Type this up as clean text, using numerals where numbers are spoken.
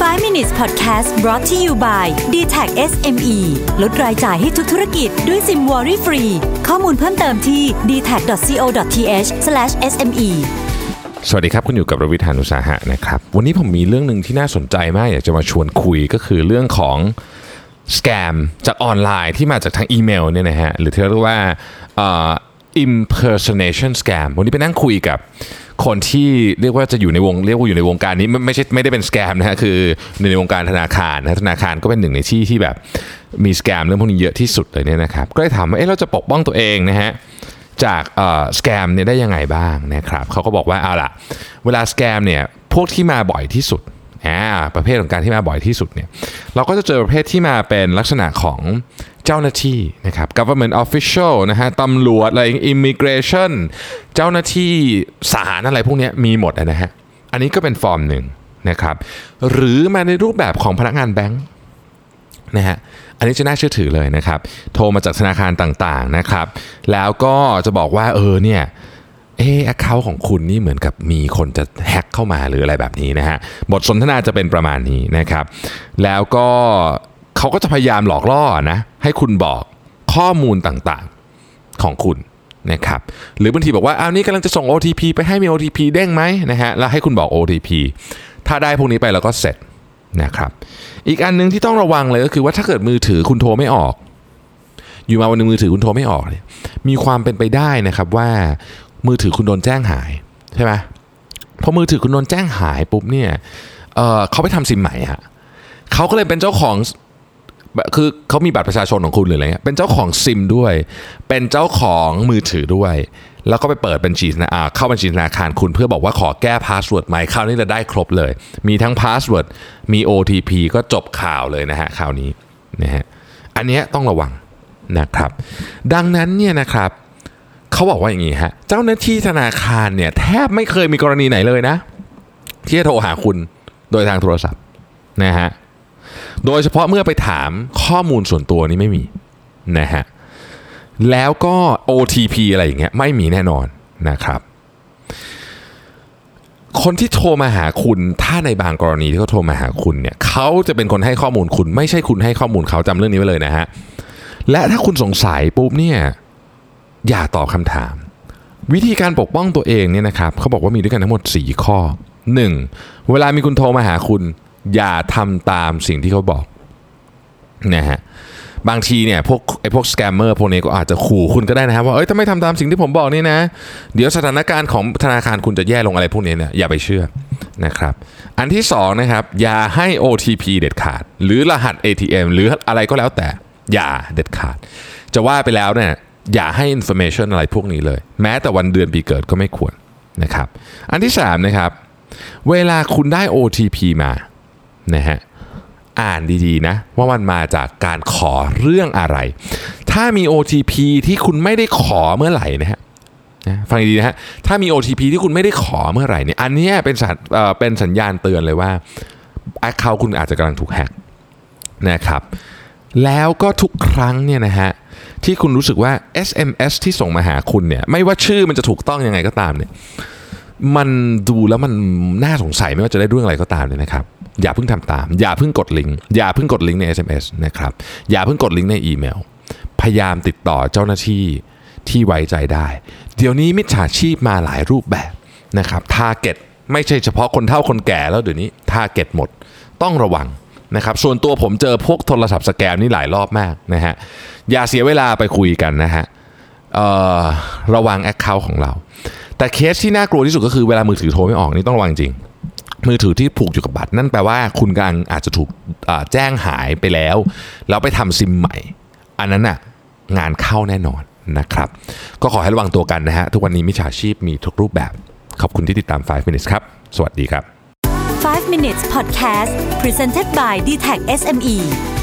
5 minutes podcast brought to you by DTAC SME ลดรายจ่ายให้ทุกธุรกิจด้วยซิมวอรี่ฟรีข้อมูลเพิ่มเติมที่ dtac.co.th/sme สวัสดีครับคุณอยู่กับรวิทย์ หาญอุตสาหะนะครับวันนี้ผมมีเรื่องนึงที่น่าสนใจมากอยากจะมาชวนคุยก็คือเรื่องของสแกมจากออนไลน์ที่มาจากทางอีเมลเนี่ยนะฮะหรือที่เรียกว่าimpersonation scam วันนี้ไปนั่งคุยกับคนที่เรียกว่าจะอยู่ในวงเรียกว่าอยู่ในวงการนี้ไม่ได้เป็นสแกมนะฮะคือในวงการธนาคารนะธนาคารก็เป็นหนึ่งในที่แบบมีสแกมเรื่องพวกนี้เยอะที่สุดเลยเนี่ยนะครับก็เลยถามว่าเราจะปกป้องตัวเองนะฮะจากสแกมเนี่ยได้ยังไงบ้างนะครับเขาก็บอกว่าเอาล่ะเวลาสแกมเนี่ยพวกที่มาบ่อยที่สุดประเภทของการที่มาบ่อยที่สุดเนี่ยเราก็จะเจอประเภทที่มาเป็นลักษณะของเจ้าหน้าที่นะครับ government official นะฮะตำรวจอะไร immigration เจ้าหน้าที่ศาลอะไรพวกนี้มีหมดนะฮะอันนี้ก็เป็นฟอร์มหนึ่งนะครับหรือมาในรูปแบบของพนักงานแบงค์นะฮะอันนี้จะน่าเชื่อถือเลยนะครับโทรมาจากธนาคารต่างๆนะครับแล้วก็จะบอกว่าเนี่ยaccount ของคุณนี่เหมือนกับมีคนจะแฮ็กเข้ามาหรืออะไรแบบนี้นะฮะบทสนทนาจะเป็นประมาณนี้นะครับแล้วก็เขาก็จะพยายามหลอกล่อนะให้คุณบอกข้อมูลต่างๆของคุณนะครับหรือบางทีบอกว่านี่กำลังจะส่ง OTP ไปให้มี OTP เด้งไหมนะฮะแล้วให้คุณบอก OTP ถ้าได้พวกนี้ไปแล้วก็เสร็จนะครับอีกอันนึงที่ต้องระวังเลยก็คือว่าถ้าเกิดมือถือคุณโทรไม่ออกอยู่มาวันนึงมือถือคุณโทรไม่ออกเลยมีความเป็นไปได้นะครับว่ามือถือคุณโดนแจ้งหายใช่ไหมพอมือถือคุณโดนแจ้งหายปุ๊บเนี่ยเขาไปทำซิมใหม่ฮะเขาก็เลยเป็นเจ้าของคือเขามีบัตรประชาชนของคุณหรืออะไรเงี้ยเป็นเจ้าของซิมด้วยเป็นเจ้าของมือถือด้วยแล้วก็ไปเปิดบัญชีเข้าบัญชีธนาคารคุณเพื่อบอกว่าขอแก้พาสเวิร์ดใหม่คราวนี้จะได้ครบเลยมีทั้งพาสเวิร์ดมี OTP ก็จบข่าวเลยนะฮะคราวนี้นะฮะอันนี้ต้องระวังนะครับดังนั้นเนี่ยนะครับเขาบอกว่าอย่างนี้ฮะเจ้าหน้าที่ธนาคารเนี่ยแทบไม่เคยมีกรณีไหนเลยนะที่จะโทรหาคุณโดยทางโทรศัพท์นะฮะโดยเฉพาะเมื่อไปถามข้อมูลส่วนตัวนี่ไม่มีนะฮะแล้วก็ OTP อะไรอย่างเงี้ยไม่มีแน่นอนนะครับคนที่โทรมาหาคุณถ้าในบางกรณีที่เขาโทรมาหาคุณเนี่ยเขาจะเป็นคนให้ข้อมูลคุณไม่ใช่คุณให้ข้อมูลเขาจำเรื่องนี้ไว้เลยนะฮะและถ้าคุณสงสัยปุ๊บเนี่ยอย่าตอบคำถามวิธีการปกป้องตัวเองเนี่ยนะครับเขาบอกว่ามีด้วยกันทั้งหมด4ข้อ 1. เวลามีคุณโทรมาหาคุณอย่าทำตามสิ่งที่เขาบอกนะฮะบางทีเนี่ยพวกสแกมเมอร์พวกนี้ก็อาจจะขู่คุณก็ได้นะครับว่าถ้าไม่ทำตามสิ่งที่ผมบอกนี่นะเดี๋ยวสถานการณ์ของธนาคารคุณจะแย่ลงอะไรพวกนี้เนี่ยอย่าไปเชื่อนะครับอันที่2นะครับอย่าให้ OTP เด็ดขาดหรือรหัส ATM หรืออะไรก็แล้วแต่อย่าเด็ดขาดจะว่าไปแล้วเนี่ยอย่าให้ information อะไรพวกนี้เลยแม้แต่วันเดือนปีเกิดก็ไม่ควรนะครับอันที่3นะครับเวลาคุณได้ OTP มานะฮะอ่านดีๆนะว่ามันมาจากการขอเรื่องอะไรถ้ามี OTP ที่คุณไม่ได้ขอเมื่อไหร่นะฮะฟังดีๆนะฮะถ้ามี OTP ที่คุณไม่ได้ขอเมื่อไหร่เนี่ยอันนี้เป็นสัญญาณเตือนเลยว่า account คุณอาจจะกำลังถูกแฮกนะครับแล้วก็ทุกครั้งเนี่ยนะฮะที่คุณรู้สึกว่า SMS ที่ส่งมาหาคุณเนี่ยไม่ว่าชื่อมันจะถูกต้องยังไงก็ตามเนี่ยมันดูแล้วมันน่าสงสัยไม่ว่าจะได้เรื่องอะไรก็ตามเลยนะครับอย่าเพิ่งทำตามอย่าเพิ่งกดลิงก์อย่าเพิ่งกดลิงก์ใน SMS นะครับอย่าเพิ่งกดลิงก์ในอีเมลพยายามติดต่อเจ้าหน้าที่ที่ไว้ใจได้เดี๋ยวนี้มิจฉาชีพมาหลายรูปแบบนะครับทาร์เก็ตไม่ใช่เฉพาะคนเฒ่าคนแก่แล้วเดี๋ยวนี้ทาร์เก็ตหมดต้องระวังนะครับส่วนตัวผมเจอพวกโทรศัพท์สแกมนี่หลายรอบมากนะฮะอย่าเสียเวลาไปคุยกันนะฮะระวัง account ของเราแต่เคสที่น่ากลัวที่สุดก็คือเวลามือถือโทรไม่ออกนี่ต้องระวังจริงมือถือที่ผูกอยู่กับบัตรนั่นแปลว่าคุณกำลังอาจจะถูกแจ้งหายไปแล้วไปทำซิมใหม่อันนั้นน่ะงานเข้าแน่นอนนะครับก็ขอให้ระวังตัวกันนะฮะทุกวันนี้มิจฉาชีพมีทุกรูปแบบขอบคุณที่ติดตาม5 minutes ครับสวัสดีครับ 5 minutes podcast presented by DTAC SME